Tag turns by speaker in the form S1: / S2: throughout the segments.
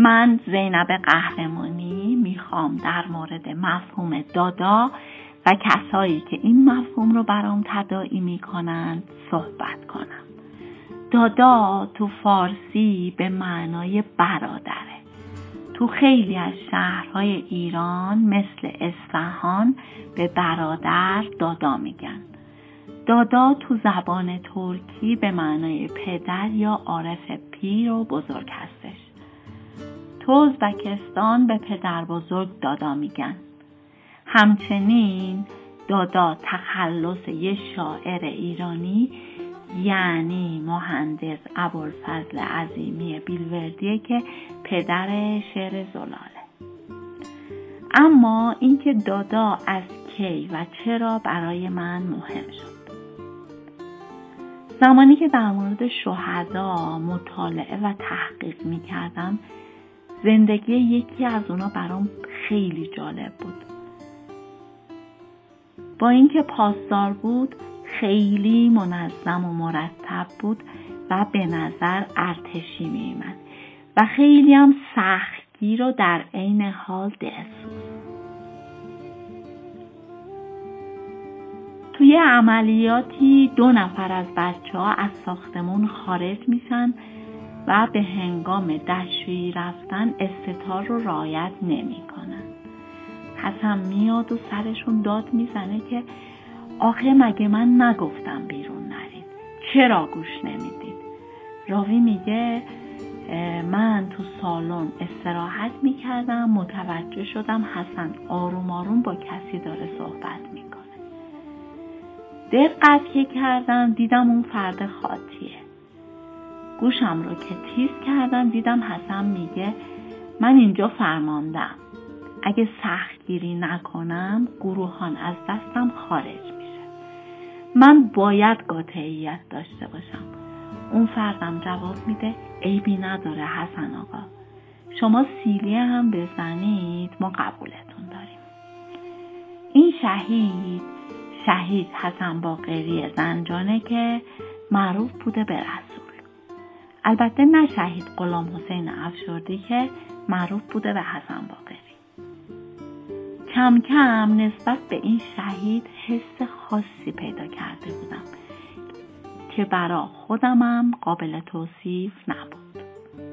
S1: من زینب قهرمانی میخوام در مورد مفهوم دادا و کسایی که این مفهوم رو برام تداعی میکنن صحبت کنم. دادا تو فارسی به معنای برادره. تو خیلی از شهرهای ایران مثل اصفهان به برادر دادا میگن. دادا تو زبان ترکی به معنای پدر یا عارف پیر و بزرگ هستش. تو ازبکستان به پدر بزرگ دادا میگن. همچنین دادا تخلص یه شاعر ایرانی یعنی مهندس ابوالفضل عظیمی بیلوردیه که پدر شعر زلاله. اما اینکه دادا از کی و چرا برای من مهم شد. زمانی که در مورد شهدا مطالعه و تحقیق می‌کردم، زندگی یکی از اونا برام خیلی جالب بود. با اینکه پاسدار بود، خیلی منظم و مرتب بود و به نظر ارتشی می‌آمد و خیلی هم سختگیر و در عین حال دلسوز. توی عملیاتی 2 نفر از بچه‌ها از ساختمون خارج میشن و به هنگام دستشویی رفتن استتار رو رعایت نمی‌کنن. حسن میاد و سرشون داد میزنه که آخه مگه من نگفتم بیرون نرید؟ چرا گوش نمیدید؟ راوی میگه من تو سالن استراحت میکردم، متوجه شدم حسن آروم آروم با کسی داره صحبت میکنه. دقت که کردم دیدم اون فرد خاطیه. گوشم رو که تیز کردم دیدم حسن میگه من اینجا فرماندم. اگه سختگیری نکنم گروهان از دستم خارج میشه. من باید قاطعیت داشته باشم. اون فردم جواب میده عیبی نداره حسن آقا. شما سیلی هم بزنید ما قبولتون داریم. این شهید حسن باقری زنجانه که معروف بوده به رسول. البته نه شهید غلام حسین افشردی که معروف بوده به حسن باقری. کم کم نسبت به این شهید حس خاصی پیدا کرده بودم که برای خودمم قابل توصیف نبود.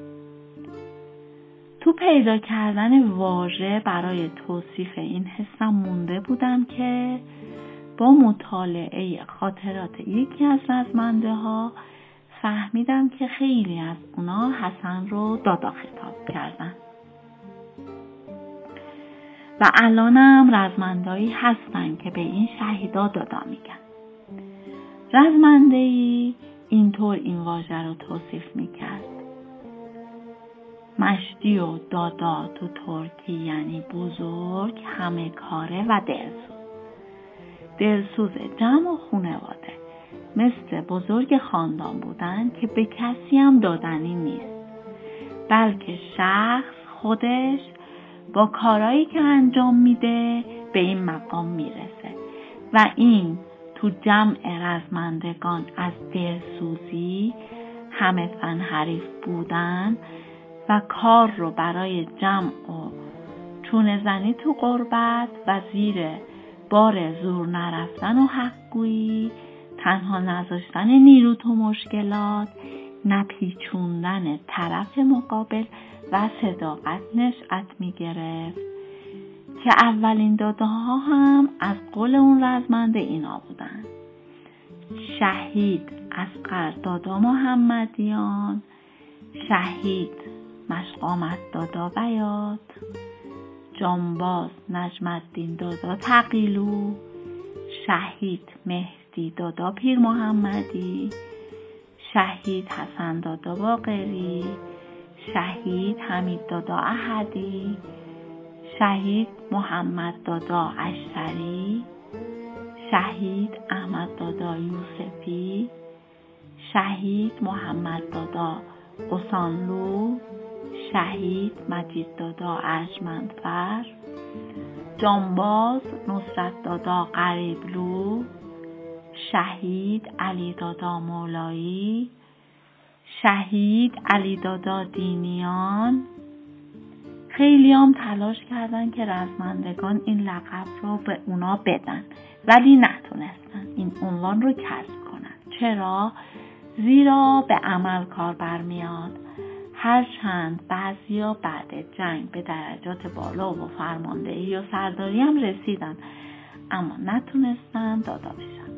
S1: تو پیدا کردن واژه برای توصیف این حسم مونده بودم که با مطالعه خاطرات یکی از رزمنده ها فهمیدم که خیلی از اونا حسن رو دادا خطاب کردن. و الانم رزمنده‌ای هستن که به این شهیدا دادا میگن. رزمنده‌ای اینطور این واژه رو توصیف میکرد. مشتی و دادا تو ترکی یعنی بزرگ، همه کاره و دلسوز. دلسوز جمع و خانواده. مثل بزرگ خاندان بودن که به کسی هم دادنی نیست. بلکه شخص خودش با کارهایی که انجام میده به این مقام میرسه و این تو جمع رزمندگان از دلسوزی، همه فن حریف بودن و کار رو برای جمع و چونه زنی تو غربت و زیر بار زور نرفتن و حقگویی، تنها نذاشتن نیرو تو مشکلات، نپیچوندن طرف مقابل و صداقت نشأت میگرفت که اولین داداها هم از قول اون رزمنده اینا بودن. شهید اصغر دادا محمدیان، شهید مشقامت دادا بیات، جانباز نجم‌الدین دادا تقیلو، شهید مهدی دادا پیر محمدی، شهید حسن دادا باقری، شهید حمید دادا احدی، شهید محمد دادا اشتری، شهید احمد دادا یوسفی، شهید محمد دادا قسانلو، شهید مجید دادا ارجمندفر، جانباز نصرت دادا قریبلو، شهید علی دادا مولایی، شهید علی دادا دینیان، خیلی هم تلاش کردن که رزمندگان این لقب رو به اونا بدن، ولی نتونستن این عنوان رو کسب کنن. چرا؟ زیرا به عمل کار برمیاد. هرچند بعضیا بعد جنگ به درجات بالا و فرماندهی و سرداری هم رسیدن، اما نتونستن دادا بشن.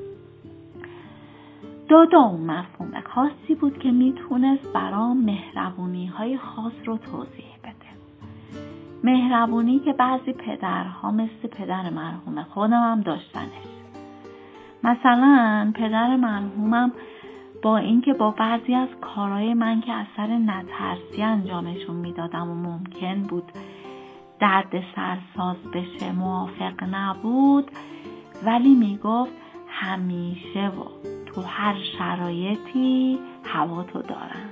S1: دادا اون مفهوم خاصی بود که میتونست برام مهربونی های خاص رو توضیح بده. مهربونی که بعضی پدرها مثل پدر مرحوم خودم هم داشتنش. مثلا پدر مرحومم با اینکه با بعضی از کارهای من که اثر نترسی انجامشون میدادم و ممکن بود درد سرساز بشه موافق نبود، ولی میگفت همیشه و تو هر شرایطی هوا تو دارم.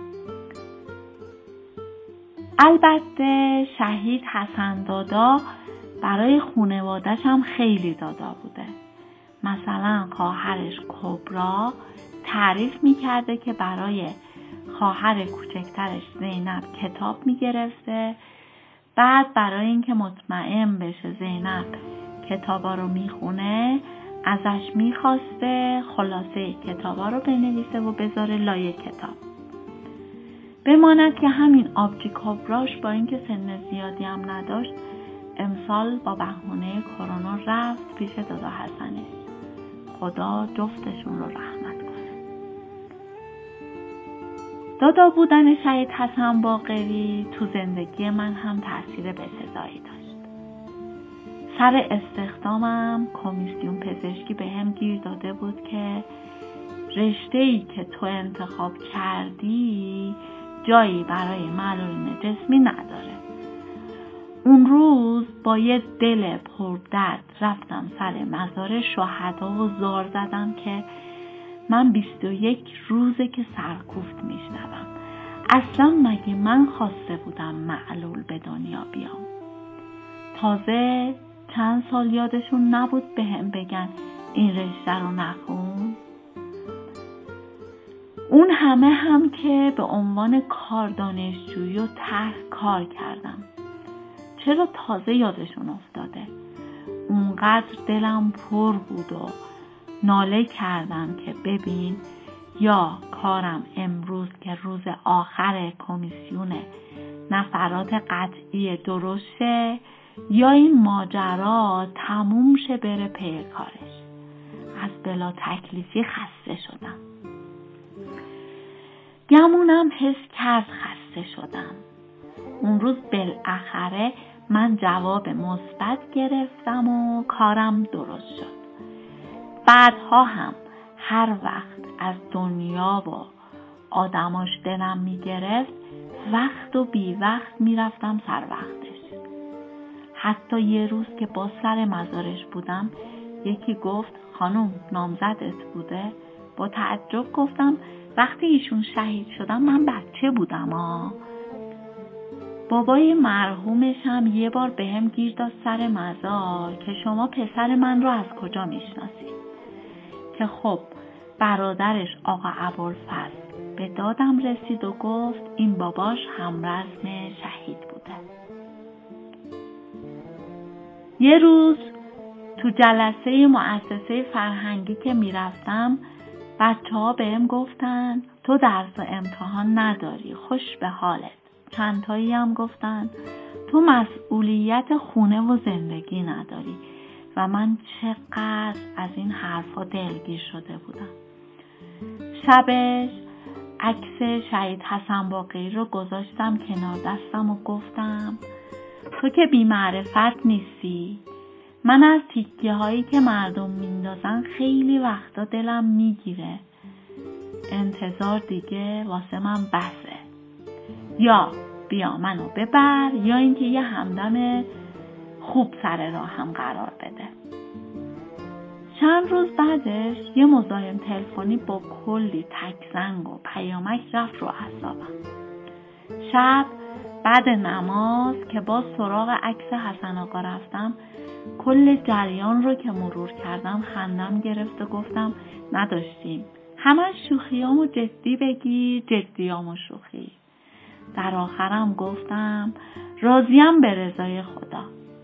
S1: البته شهید حسن دادا برای خانواده‌ش هم خیلی دادا بوده. مثلا خواهرش کبرا تعریف میکرده که برای خواهر کوچکترش زینب کتاب میگرفته، بعد برای اینکه مطمئن بشه زینب کتابا رو میخونه ازش میخواسته خلاصه کتابا رو بنویسه و بذاره لای کتاب. بماند که همین آبجی کبراش با اینکه سن زیادی هم نداشت امسال با بهونه کرونا رفت پیش دادا حسنش. خدا جفتشون رو رحمت کنه. دادا بودن شهید حسن باقری تو زندگی من هم تأثیر بسزایی داشت. سر استخدامم کمیسیون پزشکی به هم گیر داده بود که رشته‌ای که تو انتخاب کردی جایی برای معلولین جسمی نداره. اون روز با یه دل پردرد رفتم سر مزار شهدا و زار زدم که من 21 روزه که سرکوفت میشنوم. اصلا مگه من خواسته بودم معلول به دنیا بیام؟ تازه چند سال یادشون نبود به هم بگن این رشته رو نخون. اون همه هم که به عنوان کار دانشجویی و طرح کار کردم. چرا تازه یادشون افتاده؟ اونقدر دلم پر بود و ناله کردم که ببین یا کارم امروز که روز آخر کمیسیون نفرات قطعی درسته یا این ماجرا تموم شه بره پی کارش. از بلا تکلیفی خسته شدم. گمونم حس کرد خسته شدم. اون روز بالاخره من جواب مثبت گرفتم و کارم درست شد. بعدها هم هر وقت از دنیا و آدماش دلم میگرفت وقت و بی وقت میرفتم سر وقتش. حتی یه روز که با سر مزارش بودم یکی گفت خانم نامزدت بوده؟ با تعجب گفتم وقتی ایشون شهید شدم من بچه بودم. بابای مرحومش هم یه بار به هم گیر داد سر مزار که شما پسر من رو از کجا میشناسید؟ که خب برادرش آقا ابوالفضل به دادم رسید و گفت این باباش همرزم شهید بوده. یه روز تو جلسه مؤسسه فرهنگی که میرفتم بچه‌ها بهم گفتن تو درس و امتحان نداری خوش به حالت. چند تایی هم گفتن تو مسئولیت خونه و زندگی نداری و من چقدر از این حرفا دلگیر شده بودم. شبش عکس شهید حسن باقری رو گذاشتم کنار دستم و گفتم تو که بی معرفت نیستی. من از تیکه هایی که مردم میندازن خیلی وقتا دلم میگیره. انتظار دیگه واسه من بسه. یا بیا منو ببر یا اینکه یه همدم خوب سر راهم قرار بده. چند روز بعدش یه مزاحم تلفنی با کلی تک زنگ و پیامک رفت رو اعصابم. شب بعد نماز که باز سراغ عکس حسن آقا رفتم کل جریان رو که مرور کردم خندم گرفت و گفتم نداشتیم. همه شوخیامو جدی بگی جدیامو شوخی. در آخرم گفتم راضیم به رضای خدا.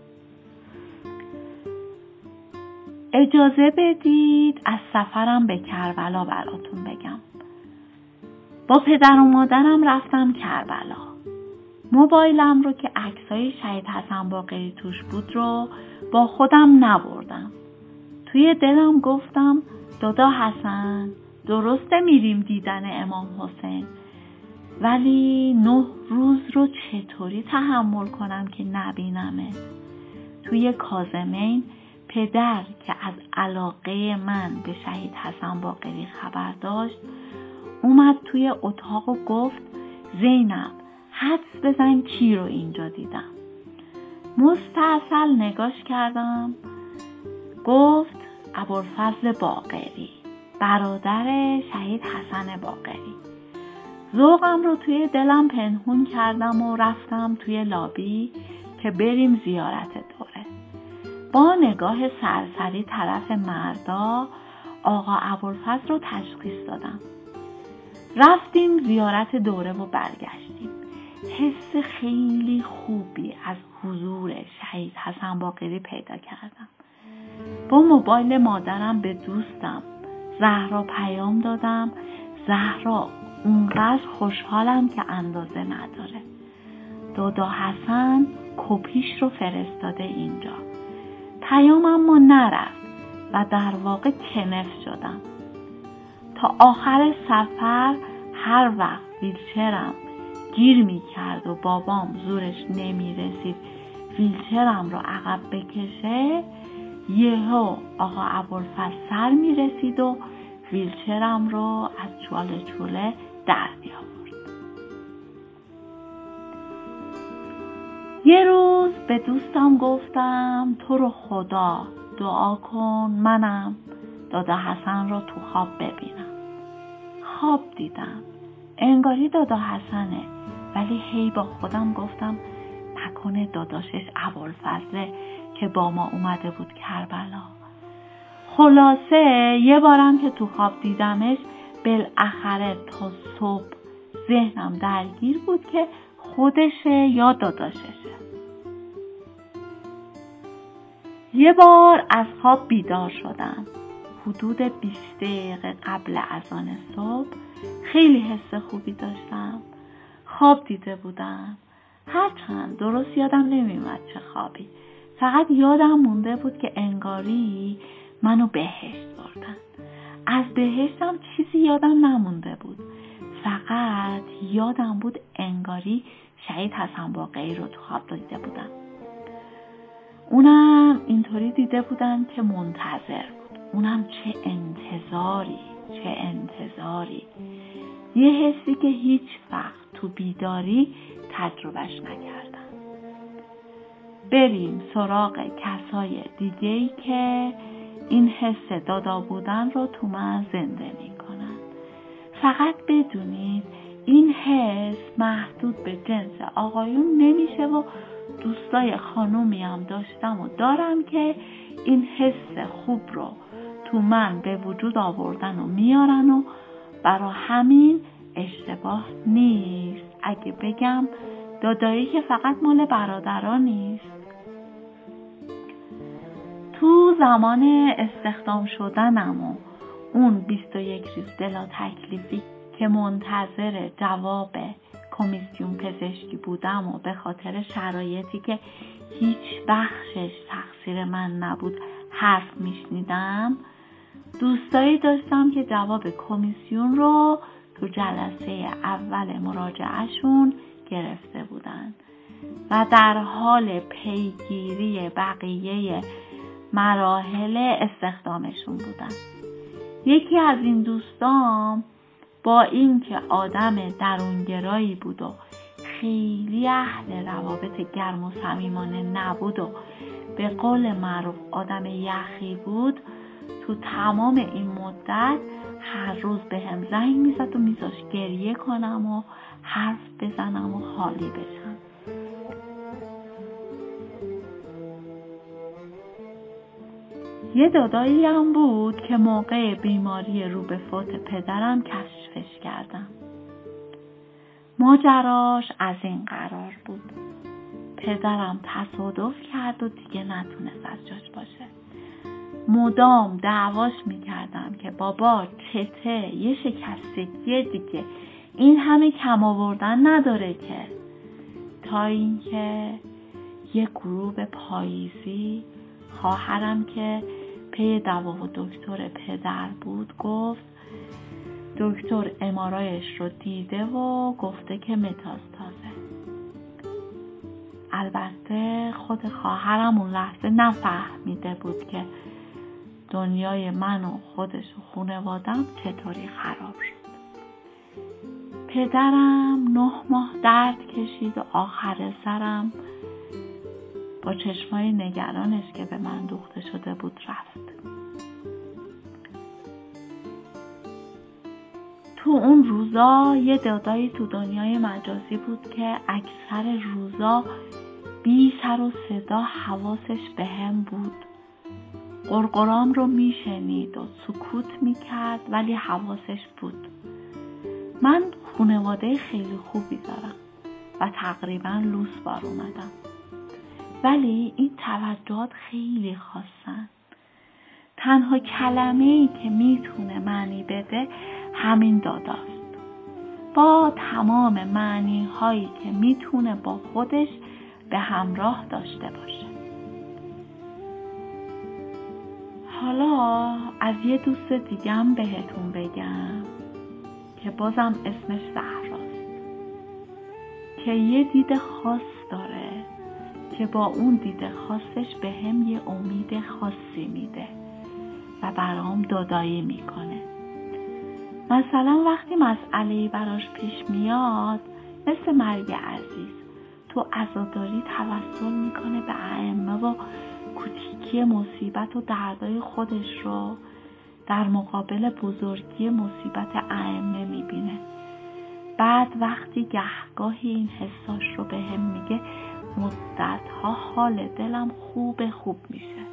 S1: اجازه بدید از سفرم به کربلا براتون بگم. با پدر و مادرم رفتم کربلا. موبایلم رو که عکسای شهید حسن باقری توش بود رو با خودم نبردم. توی دلم گفتم دادا حسن درسته میریم دیدن امام حسین، ولی 9 روز رو چطوری تحمل کنم که نبینمه؟ توی کاظمین پدر که از علاقه من به شهید حسن باقری خبر داشت اومد توی اتاق و گفت زینب حدس بزن کی رو اینجا دیدم. مستعسل نگاش کردم. گفت ابوالفضل باقری، برادر شهید حسن باقری. ذوقم رو توی دلم پنهون کردم و رفتم توی لابی که بریم زیارت دوره. با نگاه سرسری طرف مردا آقا ابوالفضل رو تشخیص دادم. رفتیم زیارت دوره و برگشتیم. حس خیلی خوبی از حضور شهید حسن باقری پیدا کردم. با موبایل مادرم به دوستم زهرا پیام دادم. زهرا اونقدر خوشحالم که اندازه نداره. دادا حسن کپیش رو فرستاده اینجا. پیامم اما نرفت و در واقع کنف شدم. تا آخر سفر هر وقت ویلچرم گیر می کرد و بابام زورش نمی رسید ویلچرم رو عقب بکشه، یهو آقا ابوالفضل سر می رسید و ویلچرم رو از چاله چوله در می آورد. یه روز به دوستم گفتم تو رو خدا دعا کن منم دادا حسن رو تو خواب ببینم. خواب دیدم انگاری دادا حسنه، ولی هی با خودم گفتم نکنه داداشش ابوالفضله که با ما اومده بود کربلا. خلاصه یه بارم که تو خواب دیدمش بالاخره تا صبح ذهنم درگیر بود که خودشه یا داداششه. یه بار از خواب بیدار شدم حدود 20 دقیقه قبل اذان صبح. خیلی حس خوبی داشتم. خواب دیده بودم، هرچند درست یادم نمیومد چه خوابی. فقط یادم مونده بود که انگاری منو بهشت بردن. از بهشتم چیزی یادم نمونده بود. فقط یادم بود انگاری شهید حسن باقری رو تو خواب دیده بودم. اونم اینطوری دیده بودم که منتظر بود. اونم چه انتظاری. یه حسی که هیچ وقت تو بیداری تجربهش نکردم. بریم سراغ کسای دیگه‌ای که این حس دادا بودن رو تو من زنده میکنن. فقط بدونید این حس محدود به جنس آقایون نمیشه و دوستای خانومی هم داشتم و دارم که این حس خوب رو تو من به وجود آوردن و میارن و برای همین اشتباه نیست اگه بگم دادایی که فقط مال برادران نیست. تو زمان استخدام شدنم و اون 21 روز بلا تکلیفی که منتظر جواب کمیسیون پزشکی بودم و به خاطر شرایطی که هیچ بخشش تقصیر من نبود حرف میشنیدم، دوستایی داشتم که جواب کمیسیون رو تو جلسه اول مراجعهشون گرفته بودن و در حال پیگیری بقیه مراحل استخدامشون بودن. یکی از این دوستام با اینکه آدم درونگرایی بود و خیلی اهل روابط گرم و صمیمانه نبود و به قول معروف آدم یخی بود، تو تمام این مدت هر روز به هم زنگ میزد و میذاشت گریه کنم و حرف بزنم و خالی بشم. یه دادایی هم بود که موقع بیماری رو به فوت پدرم کشفش کردم. ماجراش از این قرار بود. پدرم تصادف کرد و دیگه نتونست از جاش باشه. مدام دعواش میکردم که بابا چته، یه شکستگی دیگه، این همه کم آوردن نداره که. تا اینکه یه غروب پاییزی خواهرم که پی دوا و دکتر پدر بود گفت دکتر ام‌آرآیش رو دیده و گفته که متاستازه. البته خود خواهرم اون لحظه نفهمیده بود که دنیای من و خودش و خانواده‌ام چطوری خراب شد. پدرم 9 ماه درد کشید و آخر سرم با چشمای نگرانش که به من دوخته شده بود رفت. تو اون روزا یه دادایی تو دنیای مجازی بود که اکثر روزا بی سر و صدا حواسش بهم بود. قرقرام رو میشنید و سکوت میکرد ولی حواسش بود. من خانواده خیلی خوبی دارم و تقریبا لوس بار اومدم. ولی این توجهات خیلی خاصن. تنها کلمه‌ای که میتونه معنی بده همین داداست. با تمام معنی‌هایی که میتونه با خودش به همراه داشته باشه. حالا از یه دوست دیگم بهتون بگم که بازم اسمش زهراست، که یه دید خاص داره که با اون دید خاصش به هم یه امید خاصی میده و برام دادایی میکنه. مثلا وقتی مسئله‌ای براش پیش میاد مثل مرگ عزیز، تو عزاداری توسل میکنه به ائمه و کوچیکی مصیبت و دردای خودش رو در مقابل بزرگی مصیبت ائمه میبینه. بعد وقتی گهگاهی این حساش رو به هم میگه مدت‌ها حال دلم خوب میشه.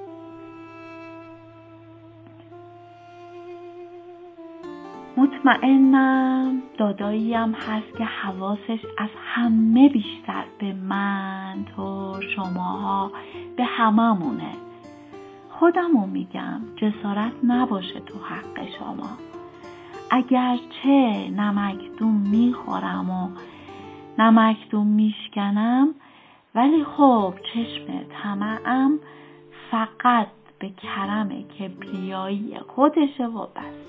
S1: مطمئنم داداییم هست که حواسش از همه بیشتر به من، تو، شماها، به هممونه. خودمو میگم جسارت نباشه تو حق شما. اگرچه نمکدون میخورم و نمکدون میشکنم، ولی خب چشم طمعم فقط به کرم کبریایی خودشه و بس.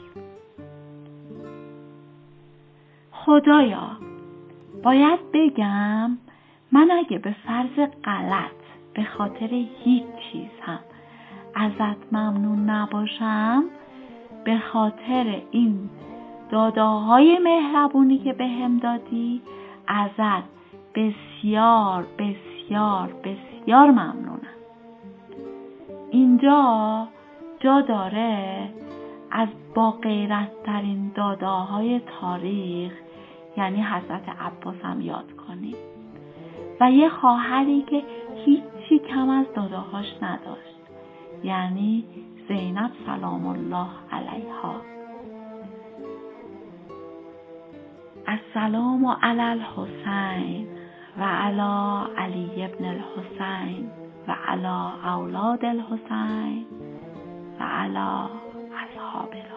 S1: خدایا، باید بگم من اگه به فرض غلط به خاطر هیچ چیز هم ازت ممنون نباشم، به خاطر این داداهای مهربونی که بهم دادی ازت بسیار بسیار بسیار ممنونم. اینجا جا داره از با غیرت ترین داداهای تاریخ یعنی حضرت عباس هم یاد کنیم و یه خواهری که هیچی کم از داداهاش نداشت، یعنی زینب سلام الله علیها. السلام علی الحسین و علی علی ابن الحسین و علی اولاد الحسین و علی اصحاب الحسین.